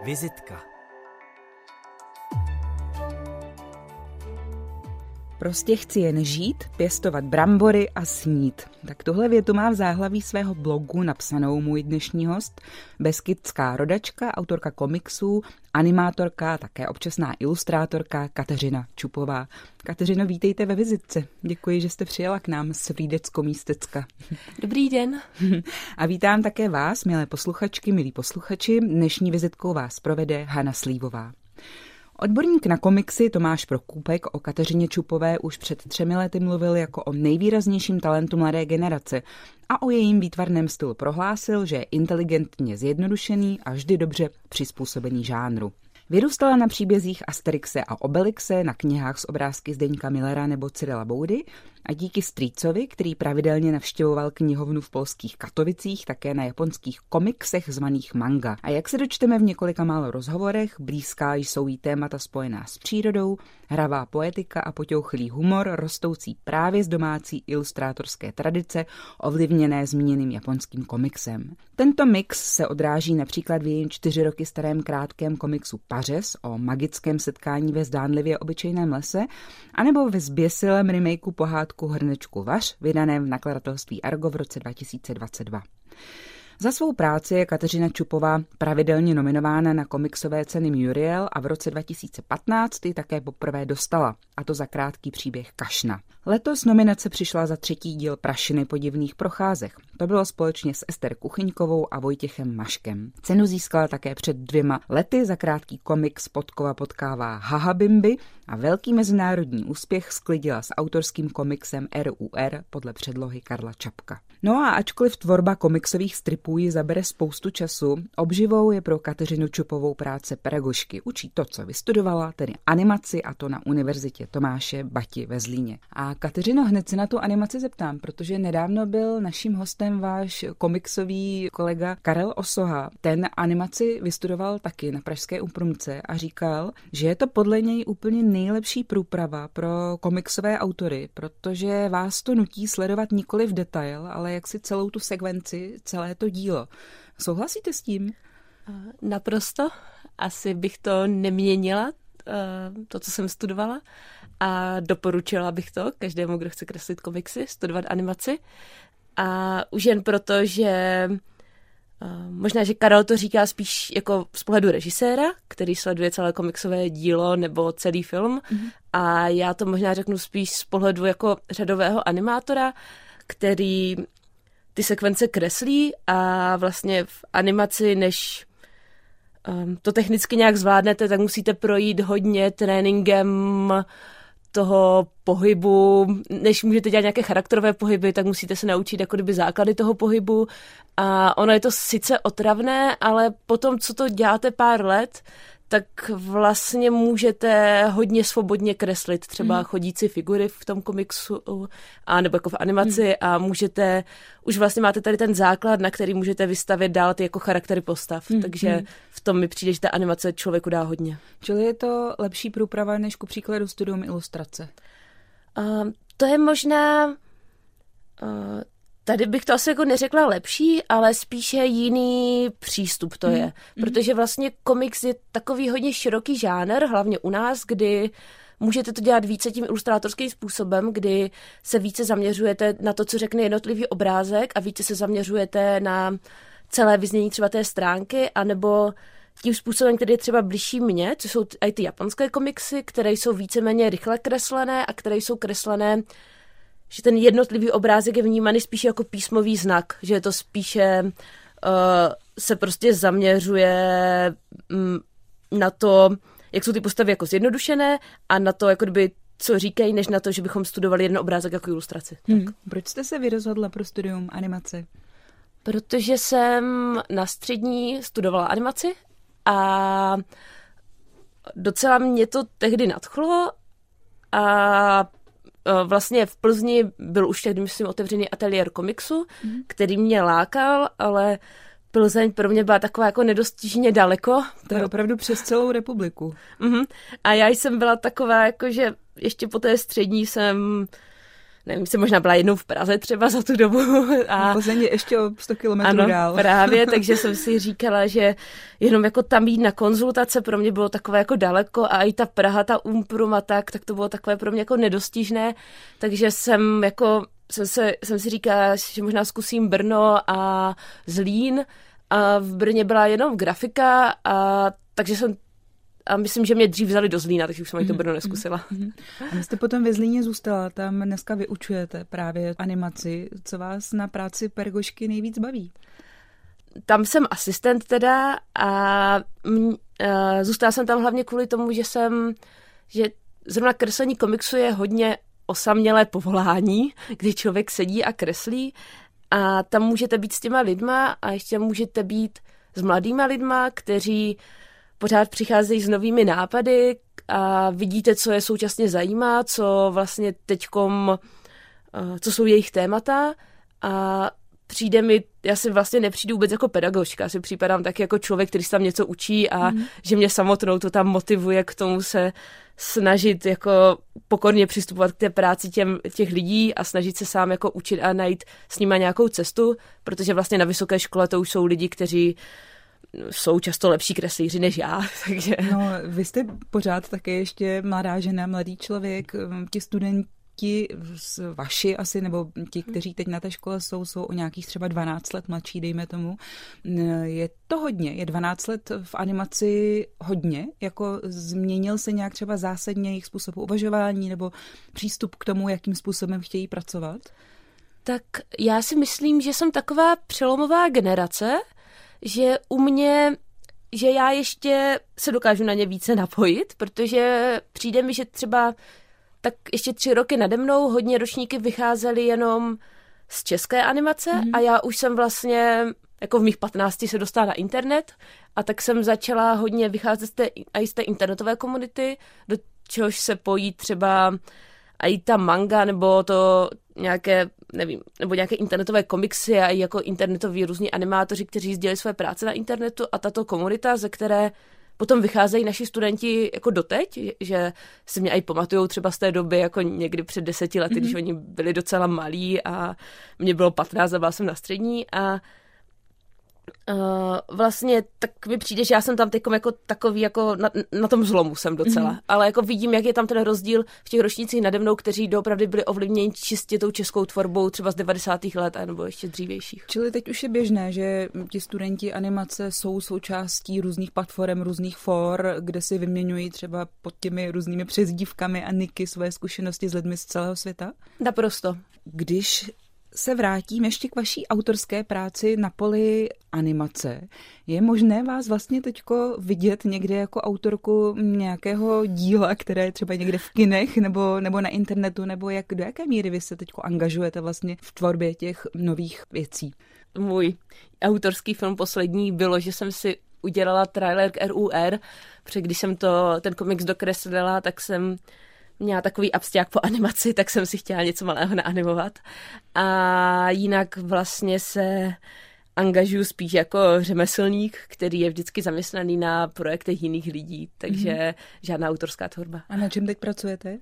Vizitka. Prostě chci jen žít, pěstovat brambory a snít. Tak tuhle větu má v záhlaví svého blogu napsanou můj dnešní host, beskidská rodačka, autorka komiksů, animátorka, také občasná ilustrátorka Kateřina Čupová. Kateřino, vítejte ve Vizitce. Děkuji, že jste přijela k nám z Frýdecko-Místecka. Dobrý den. A vítám také vás, milé posluchačky, milí posluchači. Dnešní vizitkou vás provede Hana Slívová. Odborník na komiksy Tomáš Prokůpek o Kateřině Čupové už před 3 lety mluvil jako o nejvýraznějším talentu mladé generace a o jejím výtvarném stylu prohlásil, že je inteligentně zjednodušený a vždy dobře přizpůsobený žánru. Vyrůstala na příbězích Asterixe a Obelixe, na knihách z obrázky Zdeňka Millera nebo Cyrila Boudy a díky strýcovi, který pravidelně navštěvoval knihovnu v polských Katovicích, také na japonských komiksech zvaných manga. A jak se dočteme v několika málo rozhovorech, blízká jsou jí témata spojená s přírodou, hravá poetika a poťouchlý humor, rostoucí právě z domácí ilustrátorské tradice, ovlivněné zmíněným japonským komiksem. Tento mix se odráží například v jejím 4 roky starém krátkém komiksu Pařez o magickém setkání ve zdánlivě obyčejném lese, anebo ve zběsilém remakeu pohádku Hrnečku vař, vydaném v nakladatelství Argo v roce 2022. Za svou práci je Kateřina Čupová pravidelně nominována na komiksové ceny Muriel a v roce 2015 ji také poprvé dostala, a to za krátký příběh Kašna. Letos nominace přišla za 3. díl Prašiny po divných procházech. To bylo společně s Ester Kuchyňkovou a Vojtěchem Maškem. Cenu získala také před 2 lety za krátký komiks Podkova potkává Hahabimby a velký mezinárodní úspěch sklidila s autorským komiksem RUR podle předlohy Karla Čapka. No a ačkoliv tvorba komiksových stripů ji zabere spoustu času, obživou je pro Kateřinu Čupovou práce pedagožky. Učí to, co vystudovala, tedy animaci, a to na Univerzitě Tomáše Bati ve Zlíně. A Kateřino, hned se na tu animaci zeptám, protože nedávno byl naším hostem váš komiksový kolega Karel Osoha. Ten animaci vystudoval taky na pražské Umprumce a říkal, že je to podle něj úplně nejlepší průprava pro komiksové autory, protože vás to nutí sledovat nikoli v detail, ale jak si celou tu sekvenci, celé to dílo. Souhlasíte s tím? Naprosto. Asi bych to neměnila, to, co jsem studovala, a doporučila bych to každému, kdo chce kreslit komiksy, studovat animaci. A už jen proto, že možná, že Karel to říká spíš jako z pohledu režiséra, který sleduje celé komiksové dílo nebo celý film. A já to možná řeknu spíš z pohledu jako řadového animátora, který ty sekvence kreslí a vlastně v animaci, než to technicky nějak zvládnete, tak musíte projít hodně tréninkem toho pohybu. Než můžete dělat nějaké charakterové pohyby, tak musíte se naučit jako kdyby základy toho pohybu. A ono je to sice otravné, ale potom, co to děláte pár let, tak vlastně můžete hodně svobodně kreslit třeba chodící figury v tom komiksu a nebo jako v animaci a můžete, už vlastně máte tady ten základ, na který můžete vystavět dál ty jako charaktery postav, takže v tom mi přijde, že ta animace člověku dá hodně. Čili je to lepší průprava než ku příkladu studium ilustrace? To je možná... Tady bych to asi jako neřekla lepší, ale spíše jiný přístup to je. Protože vlastně komiks je takový hodně široký žánr, hlavně u nás, kdy můžete to dělat více tím ilustrátorským způsobem, kdy se více zaměřujete na to, co řekne jednotlivý obrázek a více se zaměřujete na celé vyznění třeba té stránky, anebo tím způsobem, který je třeba bližší mně, což jsou i ty japonské komiksy, které jsou víceméně rychle kreslené a které jsou kreslené, že ten jednotlivý obrázek je vnímaný spíše jako písmový znak, že je to spíše se prostě zaměřuje na to, jak jsou ty postavy jako zjednodušené a na to, jako kdyby, co říkají, než na to, že bychom studovali jeden obrázek jako ilustraci. Tak. Proč jste se vyrozhodla pro studium animace? Protože jsem na střední studovala animaci a docela mě to tehdy nadchlo a vlastně v Plzni byl už tehdy, myslím, otevřený ateliér komiksu, který mě lákal, ale Plzeň pro mě byla taková jako nedostižně daleko. To je opravdu přes celou republiku. A já jsem byla taková, jako že ještě po té střední jsem nevím, jsem možná byla jednou v Praze třeba za tu dobu. A Plzeň je ještě o 100 kilometrů dál. Ano, právě, takže jsem si říkala, že jenom jako tam jít na konzultace pro mě bylo takové jako daleko a i ta Praha, ta Umprum a tak to bylo takové pro mě jako nedostižné, takže jsem si říkala, že možná zkusím Brno a Zlín a v Brně byla jenom grafika a myslím, že mě dřív vzali do Zlína, takže už jsem ani to Brno neskusila. A vy jste potom ve Zlíně zůstala, tam dneska vyučujete právě animaci. Co vás na práci pedagožky nejvíc baví? Tam jsem asistent teda a zůstala jsem tam hlavně kvůli tomu, že zrovna kreslení komiksu je hodně osamělé povolání, kdy člověk sedí a kreslí a tam můžete být s těma lidma a ještě můžete být s mladýma lidma, kteří pořád přicházejí s novými nápady a vidíte, co je současně zajímá, co vlastně teďkom, co jsou jejich témata a já si vlastně nepřijdu vůbec jako pedagožka, já si připadám tak jako člověk, který se tam něco učí a že mě samotnou to tam motivuje k tomu se snažit jako pokorně přistupovat k té práci těch lidí a snažit se sám jako učit a najít s nima nějakou cestu, protože vlastně na vysoké škole to už jsou lidi, kteří jsou často lepší kreslíři než já. Takže... No, vy jste pořád také ještě mladá žena, mladý člověk, ti studenti vaši asi, nebo ti, kteří teď na té škole jsou o nějakých třeba 12 let mladší, dejme tomu. Je to hodně, je 12 let v animaci hodně, jako změnil se nějak třeba zásadně jejich způsob uvažování nebo přístup k tomu, jakým způsobem chtějí pracovat? Tak já si myslím, že jsem taková přelomová generace, že že já ještě se dokážu na ně více napojit, protože přijde mi, že třeba tak ještě 3 roky nade mnou hodně ročníky vycházely jenom z české animace a já už jsem vlastně, jako v mých 15 se dostala na internet a tak jsem začala hodně vycházet z té internetové komunity, do čehož se pojí třeba i ta manga nebo to nějaké, nevím, nebo nějaké internetové komiksy a i jako internetoví různí animátoři, kteří sdělí své práce na internetu a tato komunita, ze které potom vycházejí naši studenti jako doteď, že si mě i pamatujou třeba z té doby, jako někdy před 10 lety, když oni byli docela malí a mě bylo 15 a byla jsem na střední a vlastně tak mi přijde, že já jsem tam teďkom jako takový, jako na tom zlomu jsem docela, ale jako vidím, jak je tam ten rozdíl v těch ročnících nade mnou, kteří doopravdy byli ovlivněni čistě tou českou tvorbou třeba z 90. let nebo ještě dřívějších. Čili teď už je běžné, že ti studenti animace jsou součástí různých platform, různých for, kde si vyměňují třeba pod těmi různými přezdívkami a niky svoje zkušenosti s lidmi z celého světa? Naprosto. Když se vrátím ještě k vaší autorské práci na poli animace. Je možné vás vlastně teďko vidět někde jako autorku nějakého díla, které je třeba někde v kinech nebo na internetu, nebo do jaké míry vy se teďko angažujete vlastně v tvorbě těch nových věcí? Můj autorský film poslední bylo, že jsem si udělala trailer k RUR, protože když jsem ten komiks dokreslila, tak jsem měla takový absťák po animaci, tak jsem si chtěla něco malého naanimovat. A jinak vlastně se angažuju spíš jako řemeslník, který je vždycky zaměstnaný na projektech jiných lidí, takže žádná autorská tvorba. A na čem teď pracujete?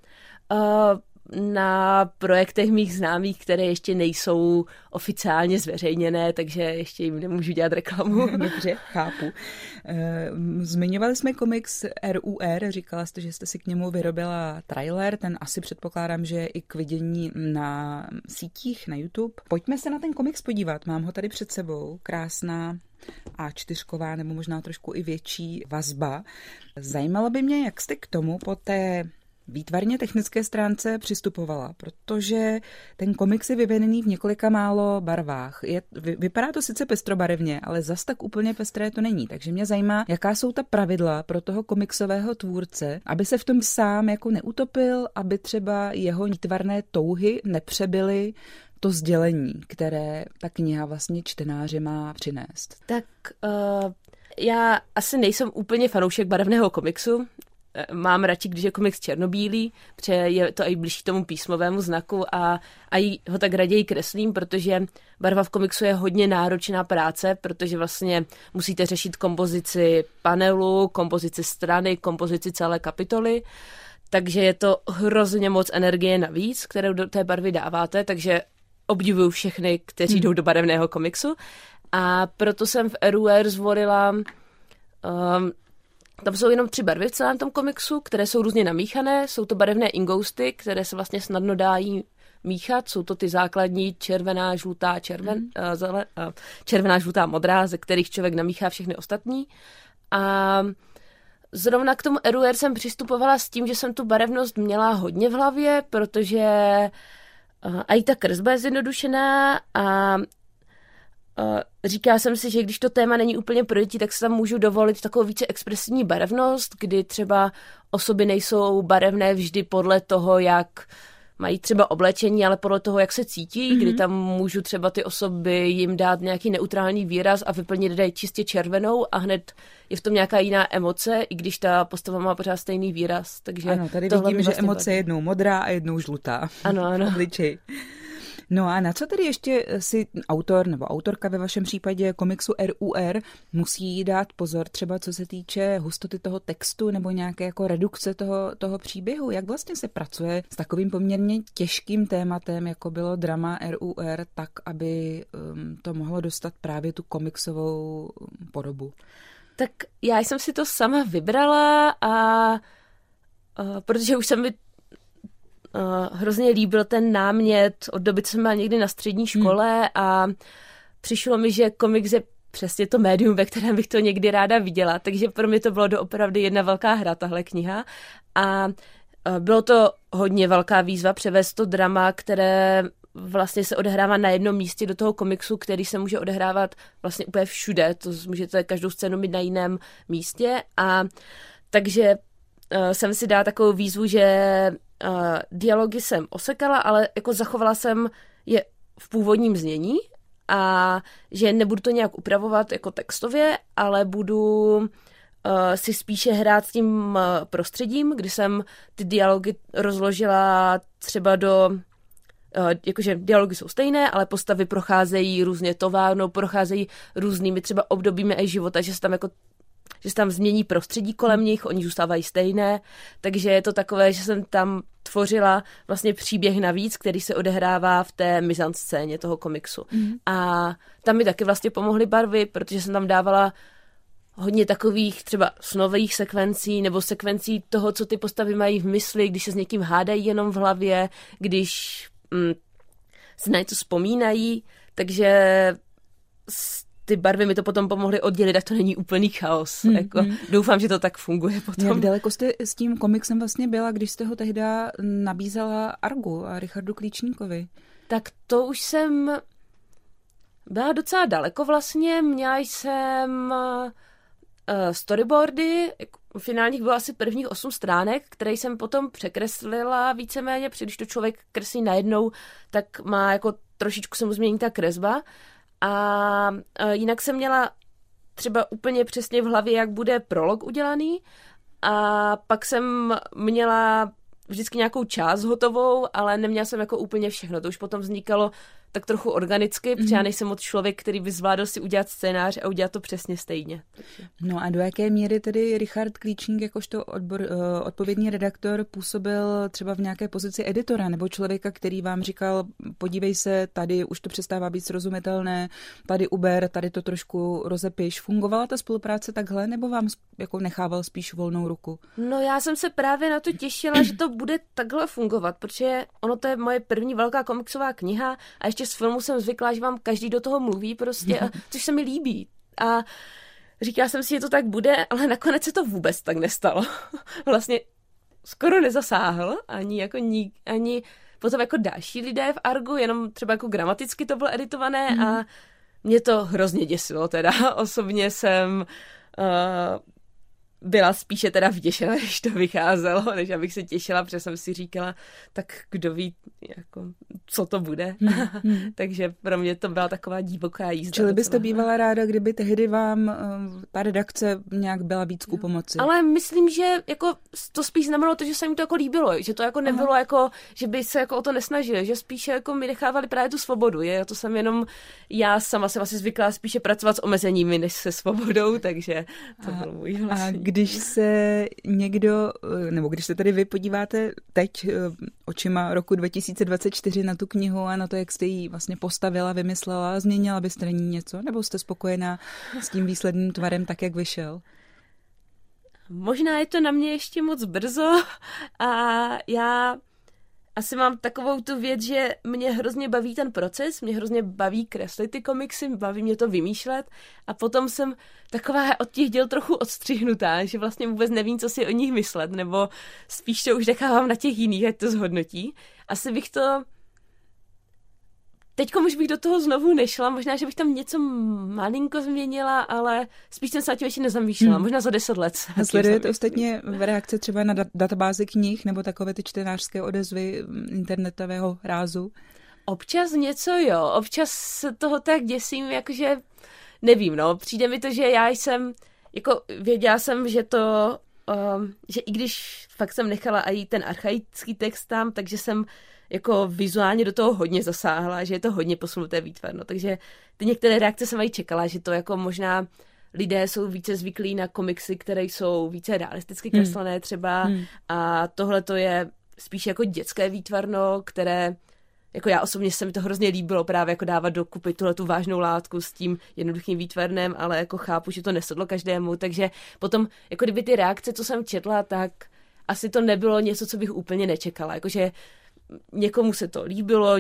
Na projektech mých známých, které ještě nejsou oficiálně zveřejněné, takže ještě jim nemůžu dělat reklamu. Dobře, chápu. Zmiňovali jsme komiks RUR, říkala jste, že jste si k němu vyrobila trailer, ten asi předpokládám, že je i k vidění na sítích, na YouTube. Pojďme se na ten komiks podívat, mám ho tady před sebou, krásná A4, nebo možná trošku i větší vazba. Zajímalo by mě, jak jste k tomu po té výtvarně technické stránce přistupovala, protože ten komiks je vyvedený v několika málo barvách. Vypadá to sice pestrobarevně, ale zas tak úplně pestré to není. Takže mě zajímá, jaká jsou ta pravidla pro toho komiksového tvůrce, aby se v tom sám jako neutopil, aby třeba jeho výtvarné touhy nepřebyly to sdělení, které ta kniha vlastně čtenáři má přinést. Tak já asi nejsem úplně fanoušek barevného komiksu. Mám radši, když je komiks černobílý, protože je to i blížší tomu písmovému znaku a ho tak raději kreslím, protože barva v komiksu je hodně náročná práce, protože vlastně musíte řešit kompozici panelu, kompozici strany, kompozici celé kapitoly. takže je to hrozně moc energie navíc, kterou do té barvy dáváte, takže obdivuju všechny, kteří jdou do barevného komiksu. A proto jsem v RUR zvolila, tam jsou jenom 3 barvy v celém tom komiksu, které jsou různě namíchané. Jsou to barevné ingousty, které se vlastně snadno dají míchat. Jsou to ty základní červená, žlutá, červená, žlutá, modrá, ze kterých člověk namíchá všechny ostatní. A zrovna k tomu RUR jsem přistupovala s tím, že jsem tu barevnost měla hodně v hlavě, protože a i ta kresba je zjednodušená a říká jsem si, že když to téma není úplně pro děti, tak se tam můžu dovolit takovou více expresivní barevnost, kdy třeba osoby nejsou barevné vždy podle toho, jak mají třeba oblečení, ale podle toho, jak se cítí, kdy tam můžu třeba ty osoby jim dát nějaký neutrální výraz a vyplnit dají čistě červenou a hned je v tom nějaká jiná emoce, i když ta postava má pořád stejný výraz. Takže ano, tady vidím, že emoce je jednou modrá a jednou žlutá. Ano. Obličej. No a na co tedy ještě si autor nebo autorka ve vašem případě komiksu RUR musí dát pozor, třeba co se týče hustoty toho textu nebo nějaké jako redukce toho příběhu? Jak vlastně se pracuje s takovým poměrně těžkým tématem, jako bylo drama RUR, tak, aby to mohlo dostat právě tu komiksovou podobu? Tak já jsem si to sama vybrala protože už jsem mi hrozně líbil ten námět od doby, co jsem byla někdy na střední škole a přišlo mi, že komiks je přesně to médium, ve kterém bych to někdy ráda viděla, takže pro mě to bylo doopravdy jedna velká hra, tahle kniha a bylo to hodně velká výzva převést to drama, které vlastně se odehrává na jednom místě do toho komiksu, který se může odehrávat vlastně úplně všude, to můžete každou scénu mít na jiném místě a takže jsem si dala takovou výzvu, že dialogy jsem osekala, ale jako zachovala jsem je v původním znění a že nebudu to nějak upravovat jako textově, ale budu si spíše hrát s tím prostředím, kdy jsem ty dialogy rozložila třeba jakože dialogy jsou stejné, ale postavy procházejí různě továrnou, procházejí různými třeba obdobími života, že se tam změní prostředí kolem nich, oni zůstávají stejné, takže je to takové, že jsem tam tvořila vlastně příběh navíc, který se odehrává v té mizanscéně toho komiksu. A tam mi taky vlastně pomohly barvy, protože jsem tam dávala hodně takových třeba snových sekvencí nebo sekvencí toho, co ty postavy mají v mysli, když se s někým hádají jenom v hlavě, když se na něco vzpomínají, takže ty barvy mi to potom pomohly oddělit, tak to není úplný chaos. Doufám, že to tak funguje potom. Jak daleko jste s tím komiksem vlastně byla, když jste ho tehda nabízela Argu a Richardu Klíčníkovi? Tak to už jsem byla docela daleko vlastně. Měla jsem storyboardy, finálních bylo asi prvních 8 stránek, které jsem potom překreslila víceméně, protože když to člověk kreslí najednou, tak má jako trošičku se mu změní ta kresba. A jinak jsem měla třeba úplně přesně v hlavě, jak bude prolog udělaný a pak jsem měla vždycky nějakou část hotovou, ale neměla jsem jako úplně všechno. To už potom vznikalo tak trochu organicky, protože já nejsem moc člověk, který by zvládl si udělat scénář a udělat to přesně stejně. No a do jaké míry tedy Richard Klíčník jakožto odpovědný redaktor působil třeba v nějaké pozici editora nebo člověka, který vám říkal, podívej se, tady už to přestává být srozumitelné, tady uber, tady to trošku rozepiš. Fungovala ta spolupráce takhle, nebo vám jako nechával spíš volnou ruku? No já jsem se právě na to těšila, že to bude takhle fungovat, protože ono to je moje první velká komiksová kniha a ještě z filmu jsem zvyklá, že vám každý do toho mluví prostě, což se mi líbí. A říkala jsem si, že to tak bude, ale nakonec se to vůbec tak nestalo. Vlastně skoro nezasáhl, ani potom jako další lidé v Argu, jenom třeba jako gramaticky to bylo editované a mě to hrozně děsilo teda. Osobně jsem byla spíše teda vděšená, když to vycházelo, než abych se těšila, protože jsem si říkala, tak kdo ví, jako, co to bude. Takže pro mě to byla taková divoká jízda. Čili byste bývala ráda, kdyby tehdy vám ta redakce nějak byla víc ku pomoci? Ale myslím, že jako to spíš znamenalo to, že se mi to jako líbilo, že to jako nebylo jako, že by se jako o to nesnažili, že spíše jako mi nechávali právě tu svobodu. To jsem jenom, já sama jsem asi zvyklá spíše pracovat s omezeními, než se svobodou, takže to bylo můj vlastně. Když se někdo, nebo když se tady vy podíváte teď očima roku 2024 na tu knihu a na to, jak jste ji vlastně postavila, vymyslela, změnila byste na ní něco? Nebo jste spokojená s tím výsledným tvarem tak, jak vyšel? Možná je to na mě ještě moc brzo a já asi mám takovou tu věc, že mě hrozně baví ten proces, mě hrozně baví kreslit ty komiksy, baví mě to vymýšlet a potom jsem taková od těch děl trochu odstřihnutá, že vlastně vůbec nevím, co si o nich myslet, nebo spíš to už nechávám na těch jiných, ať to zhodnotí. Asi bych to... Teďkom už bych do toho znovu nešla, možná, že bych tam něco malinko změnila, ale spíš jsem se na tím ještě nezamýšlela, možná za 10 let. A sledujete ostatně v reakce třeba na databázi knih nebo takové ty čtenářské odezvy internetového rázu? Občas něco jo, občas se toho tak děsím, jakože nevím, no, přijde mi to, že já jsem, jako věděla jsem, že to, že i když fakt jsem nechala i ten archaický text tam, takže jsem jako vizuálně do toho hodně zasáhla, že je to hodně posunuté výtvarno, takže ty některé reakce jsem i čekala, že to jako možná lidé jsou více zvyklí na komiksy, které jsou více realisticky kreslené třeba a tohle to je spíš jako dětské výtvarno, které jako já osobně se mi to hrozně líbilo právě jako dávat dokupy tu vážnou látku s tím jednoduchým výtvarnem, ale jako chápu, že to nesedlo každému, takže potom jako kdyby ty reakce, co jsem četla, tak asi to nebylo něco, co bych úplně nečekala, jakože někomu se to líbilo,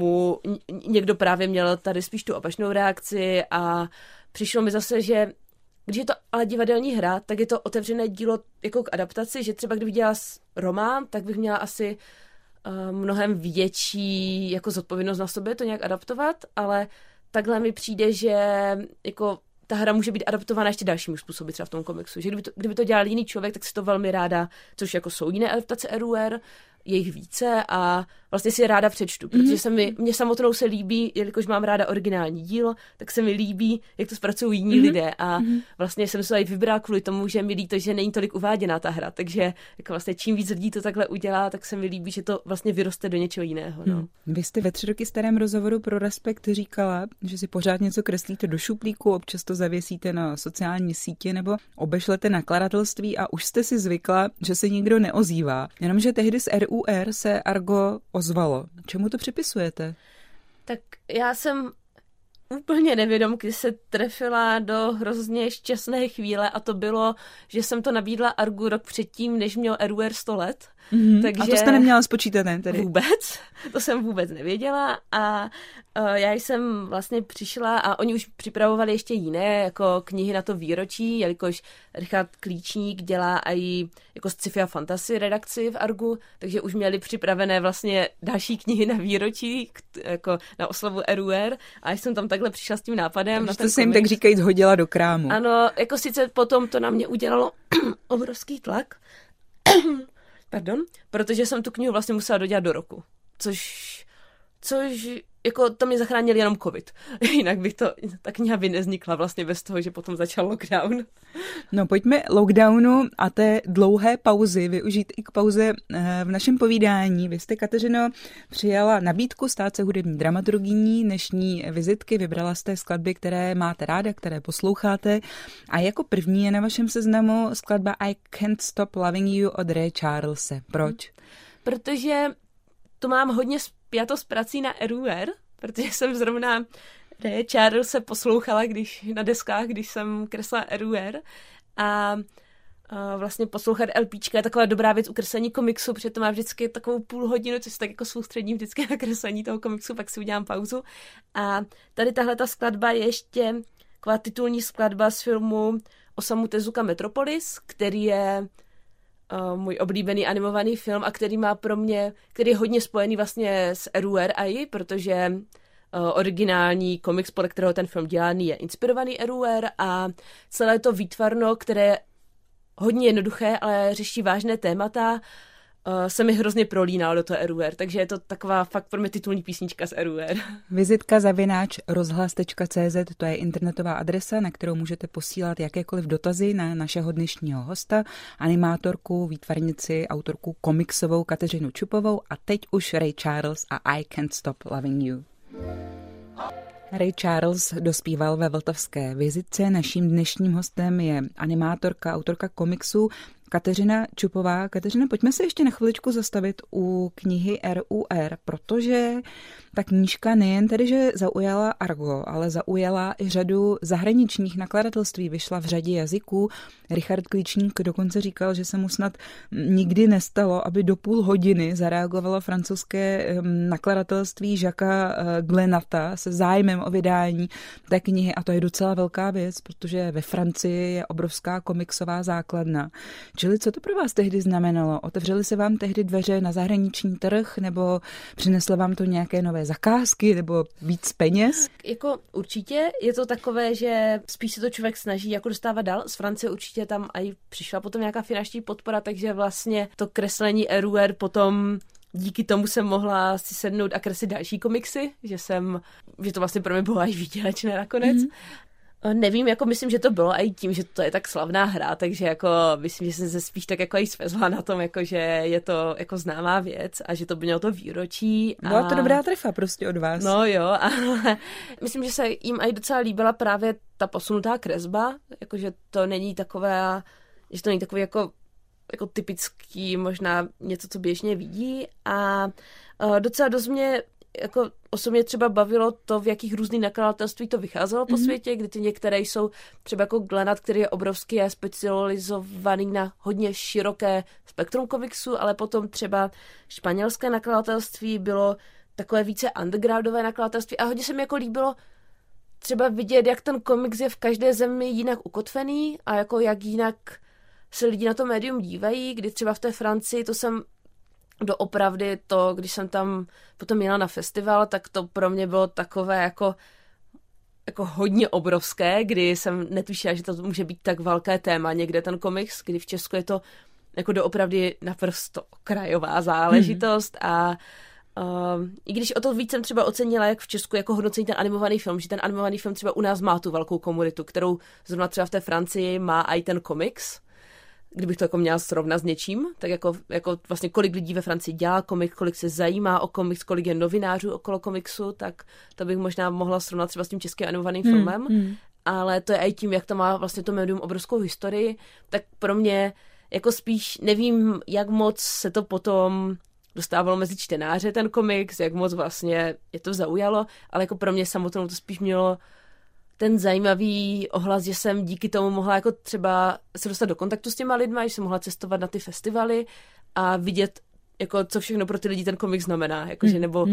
někdo právě měl tady spíš tu opačnou reakci a přišlo mi zase, že když je to ale divadelní hra, tak je to otevřené dílo jako k adaptaci, že třeba kdybych dělala román, tak bych měla asi mnohem větší jako zodpovědnost na sobě to nějak adaptovat, ale takhle mi přijde, že jako ta hra může být adaptována ještě dalšími způsoby třeba v tom komiksu, že kdyby to dělal jiný člověk, tak si to velmi ráda, což jako jsou jiné adaptace RUR, je jich více a vlastně si je ráda přečtu, protože mě samotnou se líbí, jelikož mám ráda originální dílo, tak se mi líbí, jak to zpracují jiní lidé a vlastně jsem se tady vybrala kvůli tomu, že mi líbí to, že není tolik uváděná ta hra, takže jako vlastně čím víc lidí to takhle udělá, tak se mi líbí, že to vlastně vyroste do něčeho jiného. No. Vy jste ve 3 roky starém rozhovoru pro Respekt říkala, že si pořád něco kreslíte do šuplíku, občas to zavěsíte na sociální sítě nebo obešlete nakladatelství a už jste si zvykla, že se nikdo neozývá. Jenomže tehdy z RUR se Argo ozvalo. Čemu to připisujete? Tak já jsem úplně nevědom, když se trefila do hrozně šťastné chvíle a to bylo, že jsem to nabídla Argu rok předtím, než měl RUR 100 let. Takže... A to jste neměla spočítané tedy? Vůbec. To jsem vůbec nevěděla a já jsem vlastně přišla a oni už připravovali ještě jiné jako knihy na to výročí, jelikož Richard Klíčník dělá i jako sci-fi a fantasy redakci v Argu, takže už měli připravené vlastně další knihy na výročí, jako na oslavu RUR a jsem tam takhle přišla s tím nápadem. Takže to se jim tak říkajíc hodila do krámu. Ano, jako sice potom to na mě udělalo obrovský tlak, pardon, protože jsem tu knihu vlastně musela dodělat do roku, což jako to mě zachránil jenom covid. Jinak ta kniha by nevznikla vlastně bez toho, že potom začal lockdown. No pojďme lockdownu a té dlouhé pauzy využít i k pauze v našem povídání. Vy jste, Kateřino, přijala nabídku stát se hudební dramaturgyní dnešní vizitky, vybrala jste skladby, které máte ráda, které posloucháte a jako první je na vašem seznamu skladba I Can't Stop Loving You od Raye Charlese. Proč? Protože to mám hodně spjato s prací na RUR, protože jsem zrovna Raye Charlese poslouchala na deskách, když jsem kresla RUR a vlastně poslouchat LPčka je taková dobrá věc u kreslení komiksu, protože to má vždycky takovou půl hodinu, což se tak jako soustředím vždycky na kreslení toho komiksu, pak si udělám pauzu. A tady tahle ta skladba je ještě taková titulní skladba z filmu Osamu Tezuka Metropolis, který je můj oblíbený animovaný film a který je hodně spojený vlastně s RUR AI, protože originální komiks, podle kterého ten film dělaný, je inspirovaný RUR a celé to výtvarno, které je hodně jednoduché, ale řeší vážné témata, se mi hrozně prolínalo do toho RUR, takže je to taková fakt pro mě titulní písnička z RUR. Vizitka@rozhlas.cz, to je internetová adresa, na kterou můžete posílat jakékoliv dotazy na našeho dnešního hosta, animátorku, výtvarnici, autorku komiksovou Kateřinu Čupovou a teď už Raye Charles a I Can't Stop Loving You. Ray Charles dospíval ve Vltavské vizitce. Naším dnešním hostem je animátorka, autorka komiksu Kateřina Čupová. Kateřina, pojďme se ještě na chviličku zastavit u knihy RUR, protože ta knížka nejen tedy, že zaujala Argo, ale zaujala i řadu zahraničních nakladatelství, vyšla v řadě jazyků. Richard Klíčník dokonce říkal, že se mu snad nikdy nestalo, aby do půl hodiny zareagovalo francouzské nakladatelství Jacquesa Glenata se zájmem o vydání té knihy, a to je docela velká věc, protože ve Francii je obrovská komiksová základna. Čili co to pro vás tehdy znamenalo? Otevřely se vám tehdy dveře na zahraniční trh, nebo přineslo vám to nějaké nové zakázky, nebo víc peněz? Jako určitě je to takové, že spíš se to člověk snaží jako dostávat dál. Z Francie určitě tam i přišla potom nějaká finanční podpora, takže vlastně to kreslení RUR potom díky tomu jsem mohla si sednout a kreslit další komiksy, že to vlastně pro mě bylo až výdělečné nakonec. Nevím, jako myslím, že to bylo i tím, že to je tak slavná hra, takže jako myslím, že jsem se spíš tak jako i svezla na tom, jako že je to jako známá věc a že to by mělo to výročí. Byla to dobrá trefa prostě od vás. No jo, ale myslím, že se jim i docela líbila právě ta posunutá kresba, jakože to není takové, že to není takový jako typický možná něco, co běžně vidí a docela dost mě jako osobně třeba bavilo to, v jakých různých nakladatelství to vycházelo po světě, kdy ty některé jsou třeba jako Glenat, který je obrovský a specializovaný na hodně široké spektrum komiksu, ale potom třeba španělské nakladatelství bylo takové více undergroundové nakladatelství a hodně se mi jako líbilo třeba vidět, jak ten komiks je v každé zemi jinak ukotvený a jako jak jinak se lidi na to médium dívají, kdy třeba v té Francii to jsem doopravdy to, když jsem tam potom jela na festival, tak to pro mě bylo takové jako hodně obrovské, kdy jsem netušila, že to může být tak velké téma někde ten komiks, kdy v Česku je to jako doopravdy naprosto okrajová záležitost a i když o to víc jsem třeba ocenila, jak v Česku jako hodnocení ten animovaný film, že ten animovaný film třeba u nás má tu velkou komunitu, kterou zrovna třeba v té Francii má i ten komiks. Kdybych to jako měla srovnat s něčím, tak jako vlastně kolik lidí ve Francii dělá komiks, kolik se zajímá o komiks, kolik je novinářů okolo komiksu, tak to bych možná mohla srovnat třeba s tím českým animovaným filmem. Ale to je i tím, jak to má vlastně to médium obrovskou historii, tak pro mě jako spíš nevím, jak moc se to potom dostávalo mezi čtenáře ten komiks, jak moc vlastně je to zaujalo, ale jako pro mě samotnou to spíš mělo ten zajímavý ohlas, že jsem díky tomu mohla jako třeba se dostat do kontaktu s těma lidma, že jsem mohla cestovat na ty festivaly a vidět, jako co všechno pro ty lidi ten komik znamená, jakože, nebo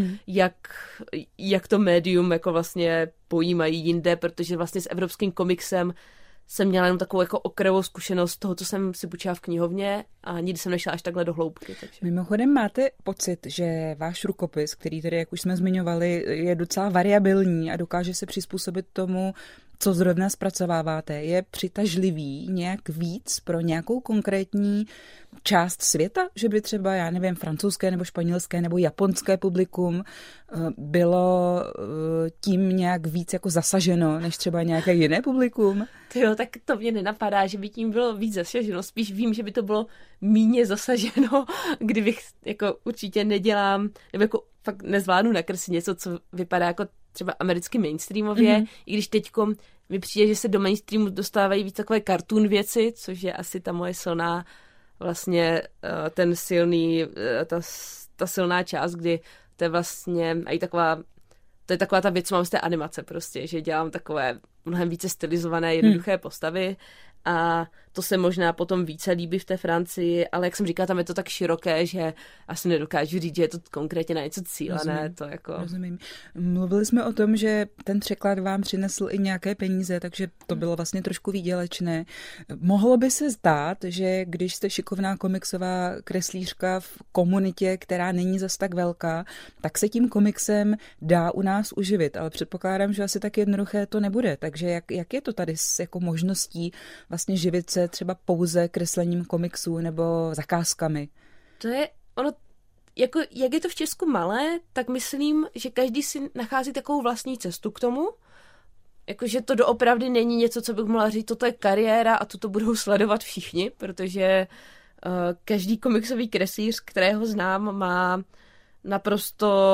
jak to médium jako vlastně pojímají jinde, protože vlastně s evropským komiksem jsem měla jenom takovou jako okrajovou zkušenost toho, co jsem si půjčila v knihovně a nikdy jsem nešla až takhle do hloubky. Takže. Mimochodem máte pocit, že váš rukopis, který tedy, jak už jsme zmiňovali, je docela variabilní a dokáže se přizpůsobit tomu, co zrovna zpracováváte, je přitažlivý nějak víc pro nějakou konkrétní část světa, že by třeba, já nevím, francouzské nebo španělské nebo japonské publikum bylo tím nějak víc jako zasaženo, než třeba nějaké jiné publikum? Jo, tak to mě nenapadá, že by tím bylo víc zasaženo. Spíš vím, že by to bylo míně zasaženo, kdybych jako určitě nedělám, nebo jako fakt nezvládnu nakreslit něco, co vypadá jako třeba americky mainstreamově, i když teďko mi přijde, že se do mainstreamu dostávají víc takové cartoon věci, což je asi ta moje silná vlastně ten silný, ta silná část, kdy to je vlastně i taková, to je taková ta věc, co mám z té animace prostě, že dělám takové mnohem více stylizované, jednoduché postavy a to se možná potom více líbí v té Francii, ale jak jsem říkala, tam je to tak široké, že asi nedokážu říct, že je to konkrétně na něco cílené. Rozumím, to jako... Rozumím. Mluvili jsme o tom, že ten překlad vám přinesl i nějaké peníze, takže to bylo vlastně trošku výdělečné. Mohlo by se zdát, že když jste šikovná komiksová kreslířka v komunitě, která není zas tak velká, tak se tím komiksem dá u nás uživit, ale předpokládám, že asi tak jednoduché to nebude. Takže jak je to tady s jako možností vlastně živit se třeba pouze kreslením komiksů nebo zakázkami? To je ono, jako, jak je to v Česku malé, tak myslím, že každý si nachází takovou vlastní cestu k tomu. Jakože to doopravdy není něco, co bych mohla říct, toto je kariéra a toto budou sledovat všichni, protože každý komiksový kreslíř, kterého znám, má naprosto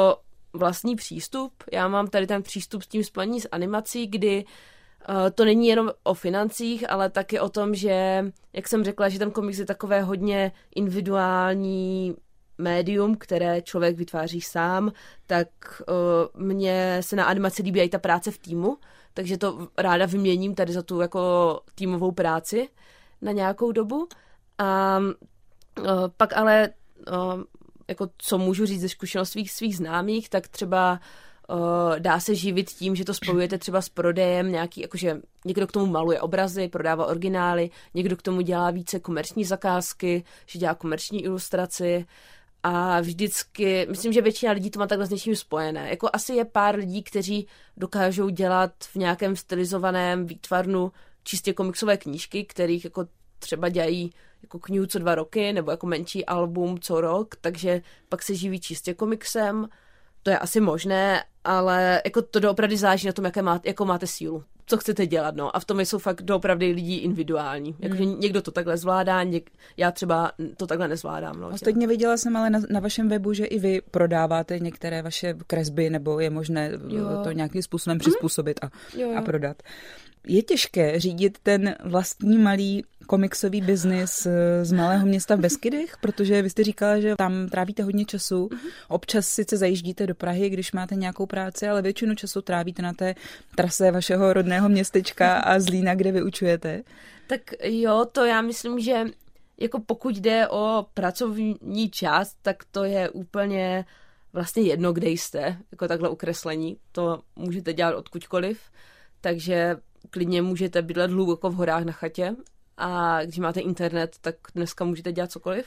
vlastní přístup. Já mám tady ten přístup s tím spojený s animací, kdy to není jenom o financích, ale taky o tom, že, jak jsem řekla, že ten komiks je takové hodně individuální médium, které člověk vytváří sám, tak mně se na animaci líbí i ta práce v týmu, takže to ráda vyměním tady za tu jako týmovou práci na nějakou dobu. A pak ale jako co můžu říct ze zkušeností svých známých, tak třeba dá se živit tím, že to spojujete třeba s prodejem nějaký, jakože někdo k tomu maluje obrazy, prodává originály, někdo k tomu dělá více komerční zakázky, že dělá komerční ilustraci a vždycky, myslím, že většina lidí to má takhle s něčím spojené. Jako asi je pár lidí, kteří dokážou dělat v nějakém stylizovaném výtvarnu čistě komiksové knížky, kterých jako třeba dělají jako knihu co 2 roky, nebo jako menší album co rok, takže pak se živí čistě komiksem. To je asi možné, ale jako to doopravdy záleží na tom, jakou máte sílu. Co chcete dělat, no. A v tom jsou fakt doopravdy lidi individuální. Jakože někdo to takhle zvládá, já třeba to takhle nezvládám. No. Ostatně viděla jsem ale na vašem webu, že i vy prodáváte některé vaše kresby, nebo je možné to nějakým způsobem přizpůsobit a prodat. Je těžké řídit ten vlastní malý komiksový biznis z malého města v Beskydech, protože vy jste říkala, že tam trávíte hodně času. Občas sice zajíždíte do Prahy, když máte nějakou práci, ale většinu času trávíte na té trase vašeho rodného městečka a Zlína, kde vyučujete. Tak jo, to já myslím, že jako pokud jde o pracovní část, tak to je úplně vlastně jedno, kde jste, jako takhle ukreslení. To můžete dělat odkudkoliv, takže klidně můžete bydlet hluboko v horách na chatě a když máte internet, tak dneska můžete dělat cokoliv.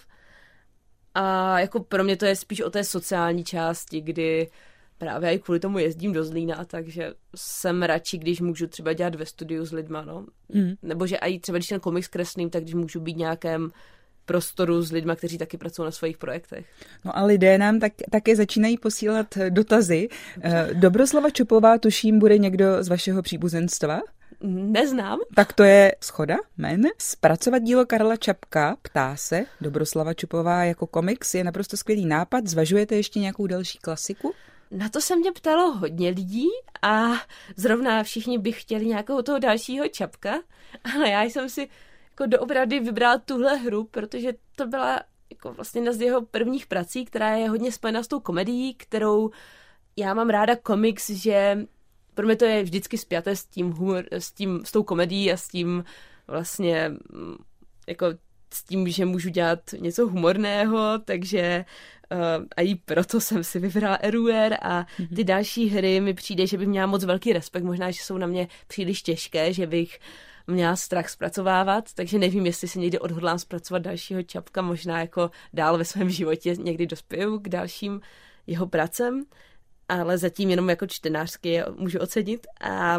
A jako pro mě to je spíš o té sociální části, kdy právě i kvůli tomu jezdím do Zlína, takže jsem radši, když můžu třeba dělat ve studiu s lidma, no. Nebo že i třeba když ten komiks kreslím, tak když můžu být nějakém prostoru s lidma, kteří taky pracují na svých projektech. No a lidé nám také začínají posílat dotazy. Dobroslava Čupová, tuším, bude někdo z vašeho příbuzenstva? Neznám. Tak to je shoda jmen. Zpracovat dílo Karla Čapka, ptá se Dobroslava Čupová jako komiks, je naprosto skvělý nápad. Zvažujete ještě nějakou další klasiku? Na to se mě ptalo hodně lidí a zrovna všichni by chtěli nějakého toho dalšího Čapka, ale já jsem si jako doopravdy vybrala tuhle hru, protože to byla jako vlastně jedna z jeho prvních prací, která je hodně spojená s tou komedií, kterou já mám ráda komiks, že pro mě to je vždycky spjaté s tím s tou komedií a s tím vlastně jako s tím, že můžu dělat něco humorného, takže a i proto jsem si vybrala RUR a ty další hry mi přijde, že bych měla moc velký respekt, možná, že jsou na mě příliš těžké, že bych měla strach zpracovávat, takže nevím, jestli se někdy odhodlám zpracovat dalšího Čapka, možná jako dál ve svém životě někdy dospěju k dalším jeho pracem, ale zatím jenom jako čtenářsky je můžu ocenit. A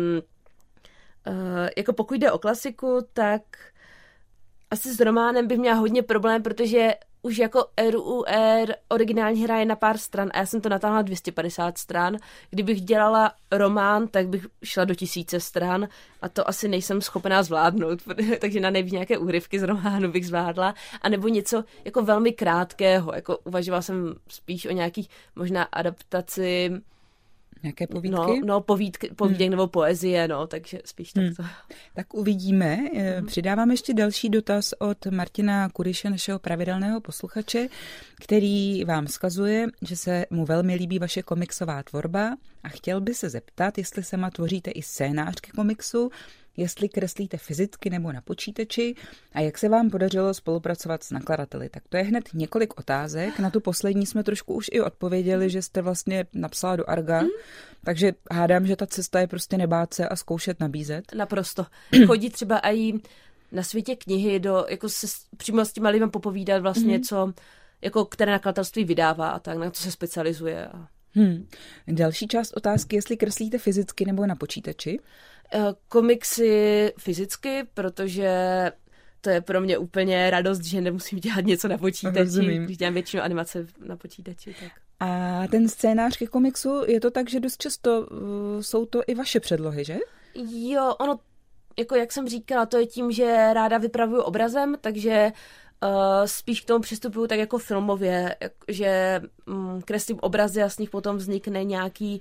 jako pokud jde o klasiku, tak asi s románem bych měla hodně problém, protože už jako RUR originální hra je na pár stran a já jsem to natáhla 250 stran. Kdybych dělala román, tak bych šla do 1000 stran a to asi nejsem schopná zvládnout, takže na nejvíc nějaké úryvky z románu bych zvládla, anebo něco jako velmi krátkého, jako uvažovala jsem spíš o nějakých možná adaptaci. Nějaké povídky? No povídek nebo poezie, no, takže spíš takto. Tak uvidíme. Přidávám ještě další dotaz od Martina Kuryše, našeho pravidelného posluchače, který vám vzkazuje, že se mu velmi líbí vaše komiksová tvorba a chtěl by se zeptat, jestli sama tvoříte i scénář ke komiksu, jestli kreslíte fyzicky nebo na počítači a jak se vám podařilo spolupracovat s nakladateli. Tak to je hned několik otázek. Na tu poslední jsme trošku už i odpověděli, že jste vlastně napsala do Arga, takže hádám, že ta cesta je prostě nebát se a zkoušet nabízet. Naprosto. Chodí třeba i na světě knihy jako se přímo s těma lidmi popovídat vlastně, co, jako které nakladatelství vydává a tak, na to se specializuje. Další část otázky, jestli kreslíte fyzicky nebo na počítači? Komiksy fyzicky, protože to je pro mě úplně radost, že nemusím dělat něco na počítači, Rozumím. Když dělám většinu animace na počítači. Tak. A ten scénář ke komiksu, je to tak, že dost často jsou to i vaše předlohy, že? Jo, ono, jako jak jsem říkala, to je tím, že ráda vypravuju obrazem, takže spíš k tomu přistupuju tak jako filmově, že kreslím obrazy a z nich potom vznikne nějaký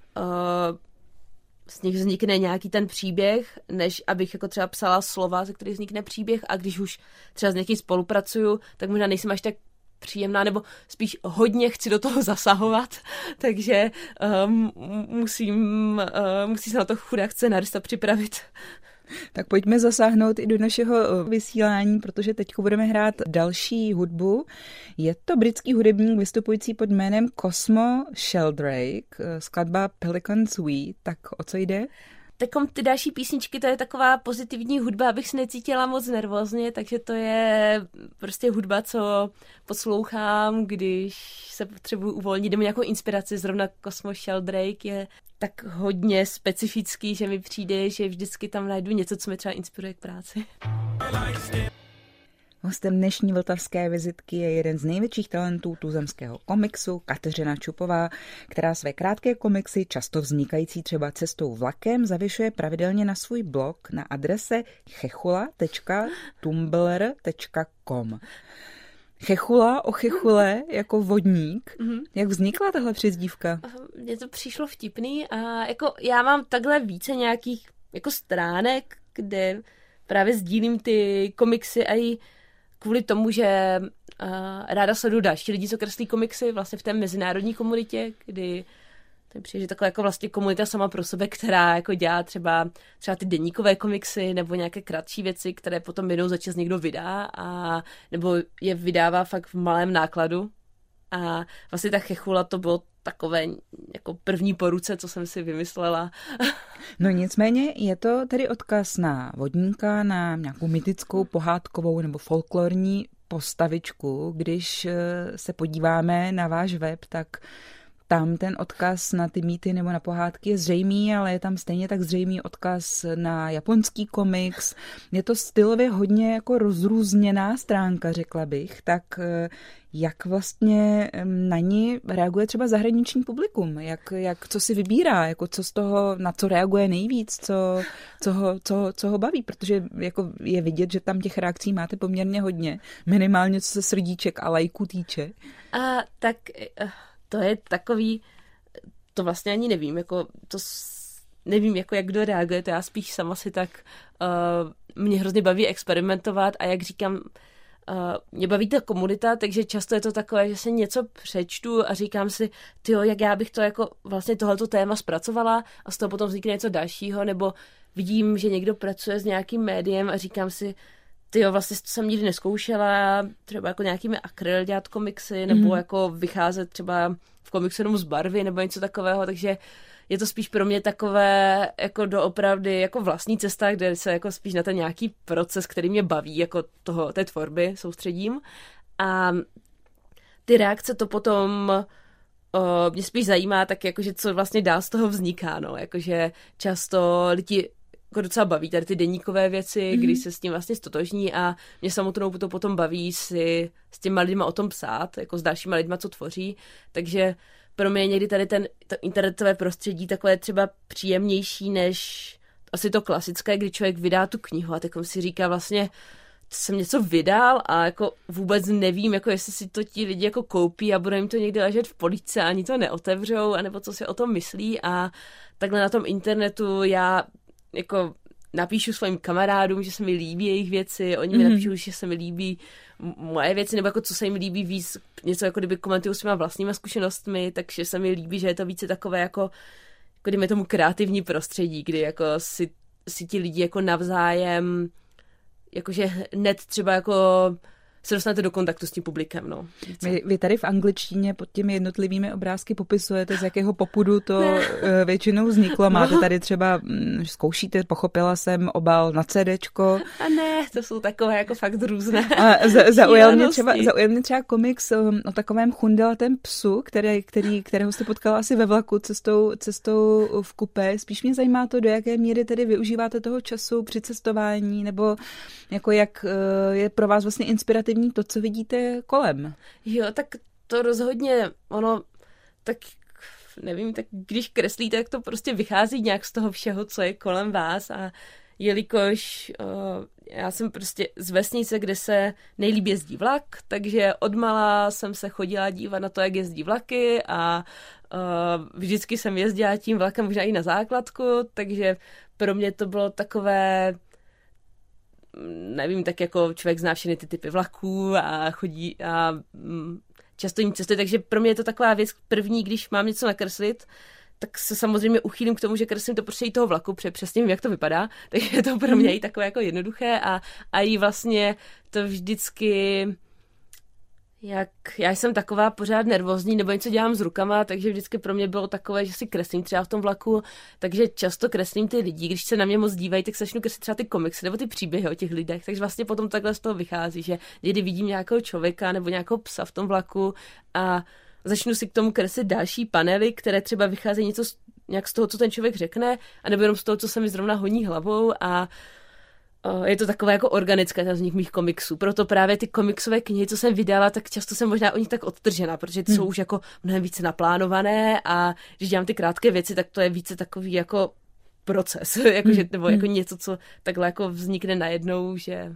ten příběh, než abych jako třeba psala slova, ze kterých vznikne příběh, a když už třeba s někým spolupracuju, tak možná nejsem až tak příjemná, nebo spíš hodně chci do toho zasahovat, takže musí se na to chudák scenárista připravit. Tak pojďme zasáhnout i do našeho vysílání, protože teď budeme hrát další hudbu. Je to britský hudebník vystupující pod jménem Cosmo Sheldrake, skladba Pelican Sweet. Tak o co jde? Takom ty další písničky, to je taková pozitivní hudba, abych se necítila moc nervózně, takže to je prostě hudba, co poslouchám, když se potřebuji uvolnit, nebo nějakou inspiraci. Zrovna Cosmo Sheldrake je tak hodně specifický, že mi přijde, že vždycky tam najdu něco, co mě třeba inspiruje k práci. Hostem dnešní vltavské vizitky je jeden z největších talentů tuzemského komiksu, Kateřina Čupová, která své krátké komiksy, často vznikající třeba cestou vlakem, zavěšuje pravidelně na svůj blog na adrese chechula.tumblr.com. Chechula o chechule jako vodník. Jak vznikla tahle přezdívka? Mně to přišlo vtipný a jako já mám takhle více nějakých jako stránek, kde právě sdílím ty komiksy a i kvůli tomu, že ráda sleduju další lidi, co kreslí komiksy vlastně v té mezinárodní komunitě, kdy to přijde, že taková jako vlastně komunita sama pro sebe, která jako dělá třeba ty deníkové komiksy nebo nějaké kratší věci, které potom jednou za čas někdo vydá a nebo je vydává fakt v malém nákladu. A vlastně ta chechula to bylo takové jako první po ruce, co jsem si vymyslela. No nicméně je to tedy odkaz na vodníka, na nějakou mytickou, pohádkovou nebo folklorní postavičku. Když se podíváme na váš web, tak tam ten odkaz na ty mýty nebo na pohádky je zřejmý, ale je tam stejně tak zřejmý odkaz na japonský komiks. Je to stylově hodně jako rozrůzněná stránka, řekla bych. Tak jak vlastně na ní reaguje třeba zahraniční publikum? Co si vybírá? Jako co z toho, na co reaguje nejvíc? Co ho baví? Protože jako je vidět, že tam těch reakcí máte poměrně hodně. Minimálně co se srdíček a lajků týče. To je takový, to vlastně ani nevím, nevím, jako jak kdo reaguje, to já spíš sama si tak, mě hrozně baví experimentovat a jak říkám, mě baví ta komunita, takže často je to takové, že se něco přečtu a říkám si, tyjo, jak já bych to jako vlastně tohleto téma zpracovala a z toho potom vznikne něco dalšího, nebo vidím, že někdo pracuje s nějakým médiem a říkám si, tyjo, vlastně to jsem nikdy neskoušela, třeba jako nějakými akryl dělat komiksy, nebo jako vycházet třeba v komiksu jenom z barvy, nebo něco takového, takže je to spíš pro mě takové jako doopravdy jako vlastní cesta, kde se jako spíš na ten nějaký proces, který mě baví, jako té tvorby soustředím. A ty reakce to potom mě spíš zajímá, tak jakože co vlastně dál z toho vzniká, no, jakože často lidi jako docela baví tady ty deníkové věci, když se s tím vlastně stotožní a mě samotnou to potom baví si s těma lidma o tom psát, jako s dalšíma lidma, co tvoří, takže pro mě je někdy tady to internetové prostředí takové třeba příjemnější než asi to klasické, kdy člověk vydá tu knihu a tak si říká vlastně, jsem něco vydal a jako vůbec nevím, jako jestli si to ti lidi jako koupí a bude jim to někde ležet v políčce a ani to neotevřou, anebo co si o tom myslí a takhle na tom internetu já jako napíšu svým kamarádům, že se mi líbí jejich věci, oni mi napíšou, že se mi líbí moje věci, nebo jako co se jim líbí víc, něco jako kdyby komentují svýma vlastníma zkušenostmi, takže se mi líbí, že je to více takové jako dejme tomu kreativní prostředí, kdy jako si ti lidi jako navzájem jakože hned třeba jako se dostanete do kontaktu s tím publikem. No. Vy tady v angličtině pod těmi jednotlivými obrázky popisujete, z jakého popudu to většinou vzniklo. Máte tady třeba, zkoušíte, pochopila jsem, obal na CDčko. A ne, to jsou takové jako fakt různé. A zaujal mě třeba komiks o takovém chundelatém psu, kterého jste potkala asi ve vlaku cestou v kupé. Spíš mě zajímá to, do jaké míry tedy využíváte toho času při cestování, nebo jako jak je pro vás vlastně inspirativní to, co vidíte kolem. Jo, tak to rozhodně, tak nevím, tak když kreslíte, tak to prostě vychází nějak z toho všeho, co je kolem vás a jelikož já jsem prostě z vesnice, kde se nejlíp jezdí vlak, takže odmala jsem se chodila dívat na to, jak jezdí vlaky a vždycky jsem jezdila tím vlakem možná i na základku, takže pro mě to bylo takové, nevím, tak jako člověk zná všechny ty typy vlaků a chodí a často jim cestuje, takže pro mě je to taková věc první, když mám něco nakreslit, tak se samozřejmě uchýlím k tomu, že kreslím to prostředí toho vlaku, protože přesně vím, jak to vypadá, takže je to pro mě i takové jako jednoduché a i vlastně to vždycky, já jsem taková pořád nervózní, nebo něco dělám s rukama, takže vždycky pro mě bylo takové, že si kreslím třeba v tom vlaku, takže často kreslím ty lidi, když se na mě moc dívají, tak začnu kreslit třeba ty komiksy nebo ty příběhy o těch lidech, takže vlastně potom takhle z toho vychází, že někdy vidím nějakého člověka nebo nějakého psa v tom vlaku a začnu si k tomu kreslit další panely, které třeba vycházejí něco nějak z toho, co ten člověk řekne, anebo jenom z toho, co se mi zrovna honí hlavou a je to takové jako organické ten vznik mých komiksů. Proto právě ty komiksové knihy, co jsem vydala, tak často jsem možná o nich tak odtržená, protože ty jsou už jako mnohem více naplánované a když dělám ty krátké věci, tak to je více takový jako proces, jakože, nebo jako něco, co takhle jako vznikne najednou, že...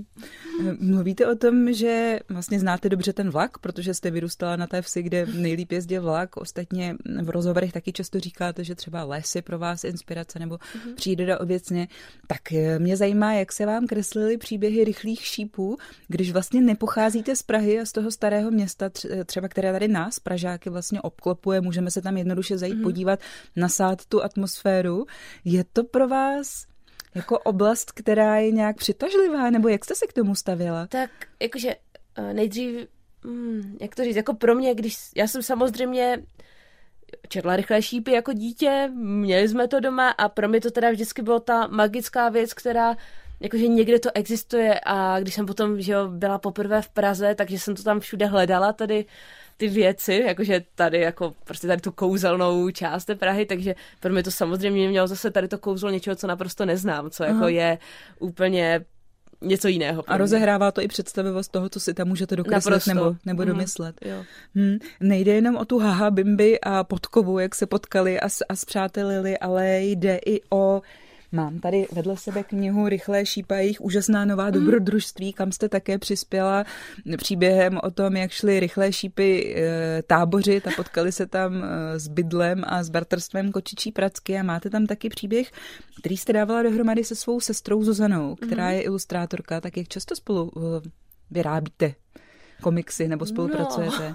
Mluvíte o tom, že vlastně znáte dobře ten vlak, protože jste vyrůstala na té vsi, kde nejlíp jezdí vlak. Ostatně v rozhovorech taky často říkáte, že třeba les je pro vás inspirace nebo příroda obecně. Tak mě zajímá, jak se vám kreslily příběhy rychlých šípů, když vlastně nepocházíte z Prahy a z toho starého města, třeba které tady nás, Pražáky, vlastně obklopuje. Můžeme se tam jednoduše zajít podívat, nasát tu atmosféru. Je to pro vás jako oblast, která je nějak přitažlivá, nebo jak jste se k tomu stavěla? Tak, jakože nejdřív, jak to říct, jako pro mě, když já jsem samozřejmě četla Rychlé šípy jako dítě, měli jsme to doma a pro mě to teda vždycky byla ta magická věc, která jakože někde to existuje a když jsem potom, že jo, byla poprvé v Praze, takže jsem to tam všude hledala tady ty věci, jakože tady jako prostě tady tu kouzelnou část té Prahy, takže pro mě to samozřejmě mělo zase tady to kouzlo něčeho, co naprosto neznám, co jako je úplně něco jiného. A rozehrává to i představivost toho, co si tam můžete dokreslit nebo domyslet. Jo. Nejde jenom o tu Haha, Bimbi a Podkovu, jak se potkali a spřátelili, ale jde i o... Mám tady vedle sebe knihu Rychlé šípy, jejich úžasná nová dobrodružství, kam jste také přispěla příběhem o tom, jak šli rychlé šípy tábořit a potkali se tam s bydlem a s barterstvem Kočičí pracky a máte tam taky příběh, který jste dávala dohromady se svou sestrou Zuzanou, která je ilustrátorka, tak jak často spolu vyrábíte komiksy nebo spolupracujete?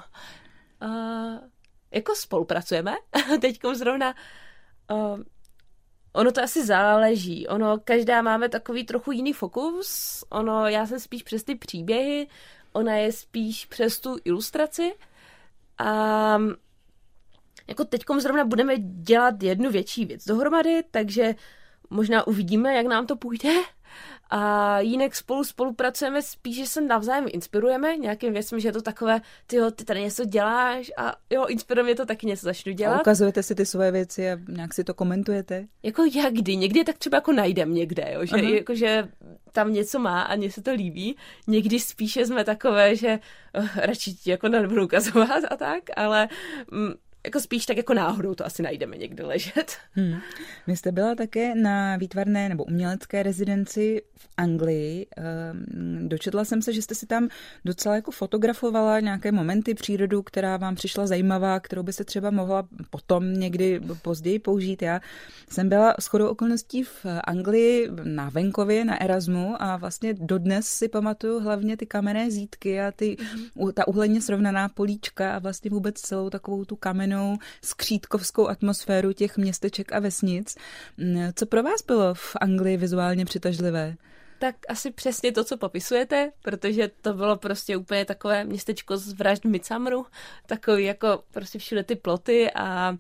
Jako spolupracujeme, teďkom zrovna... Ono to asi záleží. Každá máme takový trochu jiný fokus. Já jsem spíš přes ty příběhy, ona je spíš přes tu ilustraci. A jako teďkom zrovna budeme dělat jednu větší věc dohromady, takže možná uvidíme, jak nám to půjde. A jinak spolupracujeme spíš, že se navzájem inspirujeme nějakým věcem, že je to takové, ty tady něco děláš a jo, inspiruje mě to, taky něco začnu dělat. A ukazujete si ty svoje věci a nějak si to komentujete? Jako někdy je tak třeba jako najdem někde, jo, že jakože tam něco má a mně se to líbí. Někdy spíše jsme takové, že radši ti jako nebudu ukazovat a tak, ale... Jako spíš tak jako náhodou to asi najdeme někde ležet. Vy jste byla také na výtvarné nebo umělecké rezidenci v Anglii. Dočetla jsem se, že jste si tam docela jako fotografovala nějaké momenty, přírodu, která vám přišla zajímavá, kterou by se třeba mohla potom někdy později použít. Já jsem byla shodou okolností v Anglii na venkově, na Erasmu a vlastně dodnes si pamatuju hlavně ty kamenné zítky a ta uhleně srovnaná políčka a vlastně vůbec celou takovou tu kamennou skřítkovskou atmosféru těch městeček a vesnic. Co pro vás bylo v Anglii vizuálně přitažlivé? Tak asi přesně to, co popisujete, protože to bylo prostě úplně takové městečko z Vražd Midsummeru, takový jako prostě všude ty ploty a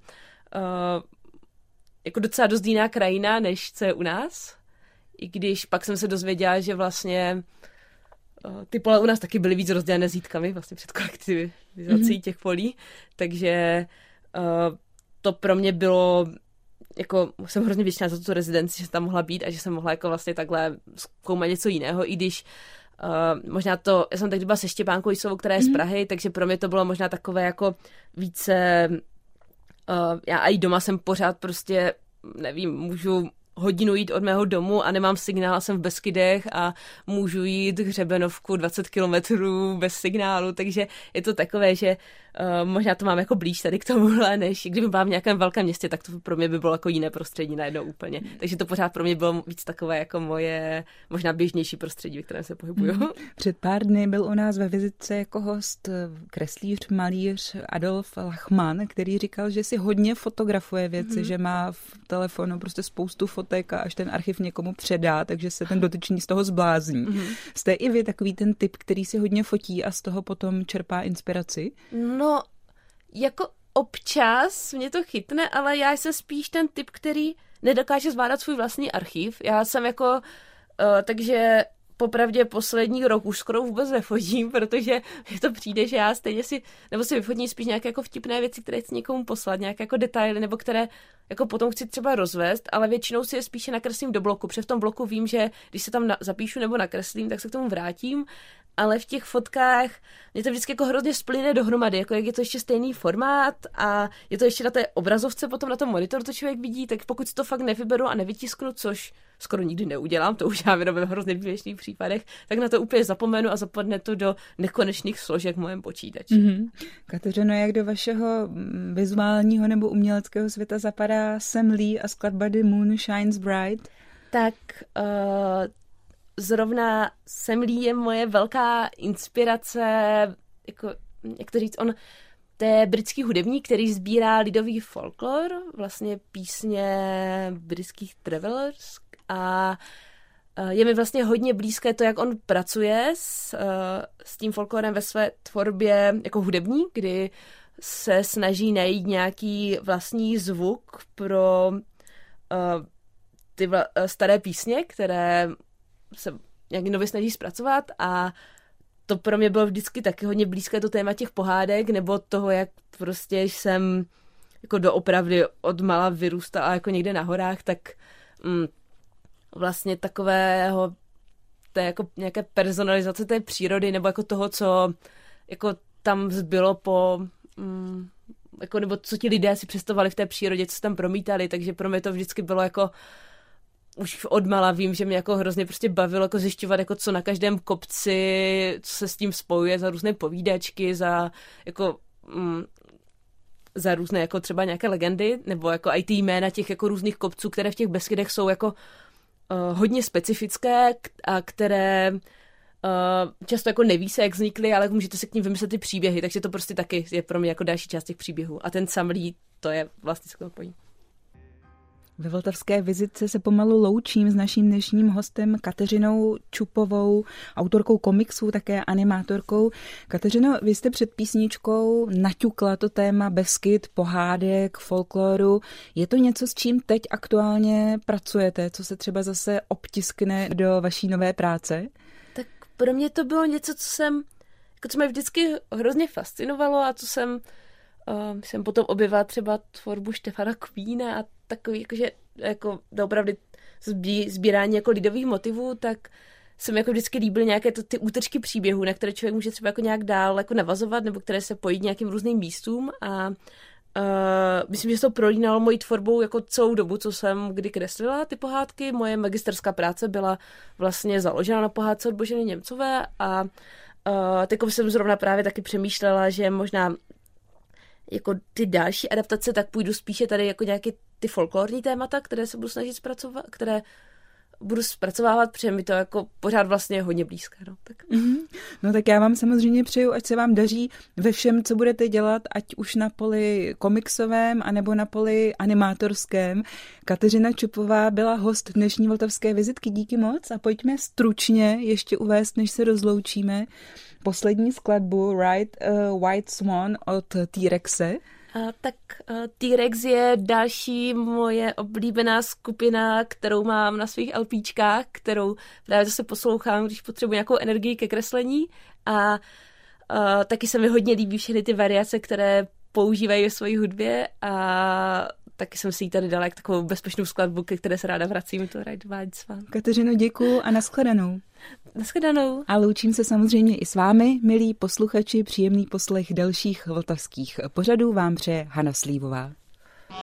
jako docela dost jiná krajina, než co je u nás. I když pak jsem se dozvěděla, že vlastně ty pole u nás taky byly víc rozdělené zítkami vlastně před kolektivizací těch polí, takže to pro mě bylo, jako jsem hrozně vděčná za tu rezidenci, že tam mohla být a že jsem mohla jako vlastně takhle zkoumat něco jiného, i když možná to, já jsem tehdy byla se Štěpánkou Jisovou, která je z Prahy, takže pro mě to bylo možná takové jako více, já i doma jsem pořád prostě, nevím, můžu hodinu jít od mého domu a nemám signál, jsem v Beskydech a můžu jít hřebenovku 20 kilometrů bez signálu, takže je to takové, že možná to mám jako blíž tady k tomuhle, než kdyby byla v nějakém velkém městě, tak to pro mě by bylo jako jiné prostředí najednou úplně. Takže to pořád pro mě bylo víc takové jako moje možná běžnější prostředí, ve kterém se pohybuju. Před pár dny byl u nás ve vizitce jako host kreslíř, malíř Adolf Lachman, který říkal, že si hodně fotografuje věci, že má v telefonu prostě spoustu fotek a až ten archiv někomu předá, takže se ten dotyčný z toho zblázní. Jste i vy takový ten typ, který si hodně fotí a z toho potom čerpá inspiraci? No, jako občas mě to chytne, ale já jsem spíš ten typ, který nedokáže zvládat svůj vlastní archiv. Já jsem jako, takže popravdě poslední rok už skoro vůbec nefotím, protože mi to přijde, že já stejně si vyfotím spíš nějaké jako vtipné věci, které chci někomu poslat, nějaké jako detaily, nebo které jako potom chci třeba rozvést, ale většinou si je spíše nakreslím do bloku, protože v tom bloku vím, že když se tam zapíšu nebo nakreslím, tak se k tomu vrátím, ale v těch fotkách mě to vždycky jako hrozně splyne dohromady, jako jak je to ještě stejný formát a je to ještě na té obrazovce, potom na tom monitoru to člověk vidí, tak pokud si to fakt nevyberu a nevytisknu, což skoro nikdy neudělám, to už já jenom v hrozně výjimečných případech, tak na to úplně zapomenu a zapadne to do nekonečných složek v mém počítači. Kateřino, jak do vašeho vizuálního nebo uměleckého světa zapadá Sam Lee a skladba The Moon Shines Bright? Tak zrovna Sam Lee je moje velká inspirace, jako, jak to říct, to je britský hudebník, který sbírá lidový folklor, vlastně písně britských travelers a je mi vlastně hodně blízké to, jak on pracuje s tím folklorem ve své tvorbě jako hudebník, kdy se snaží najít nějaký vlastní zvuk pro ty staré písně, které se nějak nově snaží zpracovat a to pro mě bylo vždycky taky hodně blízké to téma těch pohádek nebo toho, jak prostě jsem jako doopravdy od mala vyrůstala jako někde na horách, tak vlastně takového té jako nějaké personalizace té přírody nebo jako toho, co jako tam zbylo po jako, nebo co ti lidé si představovali v té přírodě, co se tam promítali, takže pro mě to vždycky bylo jako už odmala vím, že mě jako hrozně prostě bavilo jako zjišťovat, jako co na každém kopci, co se s tím spojuje za různé povídačky, za jako za různé jako třeba nějaké legendy, nebo jako i ty jména těch jako různých kopců, které v těch Beskydech jsou jako hodně specifické a které často jako neví se, jak vznikly, ale můžete si k ním vymyslet ty příběhy, takže to prostě taky je pro mě jako další část těch příběhů. A ten Sam Lee, to je vlastně se to pojí. Ve Vltavské vizitce se pomalu loučím s naším dnešním hostem Kateřinou Čupovou, autorkou komiksů, také animátorkou. Kateřino, vy jste před písničkou naťukla to téma Beskyd, pohádek, folkloru. Je to něco, s čím teď aktuálně pracujete, co se třeba zase obtiskne do vaší nové práce? Tak pro mě to bylo něco, co mě vždycky hrozně fascinovalo a co jsem potom objevila třeba tvorbu Štefana Kvína a takový, jakože jako opravdu sbírání jako lidových motivů, tak se mi jako vždycky líbily nějaké ty útržky příběhů, na které člověk může třeba jako nějak dál jako navazovat, nebo které se pojí nějakým různým místům a myslím, že se to prolínalo mojí tvorbou jako celou dobu, co jsem kdy kreslila ty pohádky. Moje magisterská práce byla vlastně založena na pohádce od Boženy Němcové a teď jsem zrovna právě taky přemýšlela, že možná jako ty další adaptace, tak půjdu spíše tady jako nějaké ty folklorní témata, které se budu snažit zpracovat, které budu zpracovávat, protože mi to jako pořád vlastně je hodně blízké. No tak. No tak já vám samozřejmě přeju, ať se vám daří ve všem, co budete dělat, ať už na poli komiksovém, anebo na poli animátorském. Kateřina Čupová byla host dnešní Vltavské vizitky. Díky moc a pojďme stručně ještě uvést, než se rozloučíme, poslední skladbu Ride a White Swan od T-Rexe. Tak T-Rex je další moje oblíbená skupina, kterou mám na svých LPčkách, kterou právě zase poslouchám, když potřebuji nějakou energii ke kreslení a taky se mi hodně líbí všechny ty variace, které používají ve své hudbě a taky jsem si ji tady dala jako takovou bezpečnou skladbu, ke které se ráda vracím, to Ride White Swan. Kateřino, děkuju a nashledanou. Nashledanou. A loučím se samozřejmě i s vámi, milí posluchači, příjemný poslech dalších vltavských pořadů vám přeje Hana Slívová.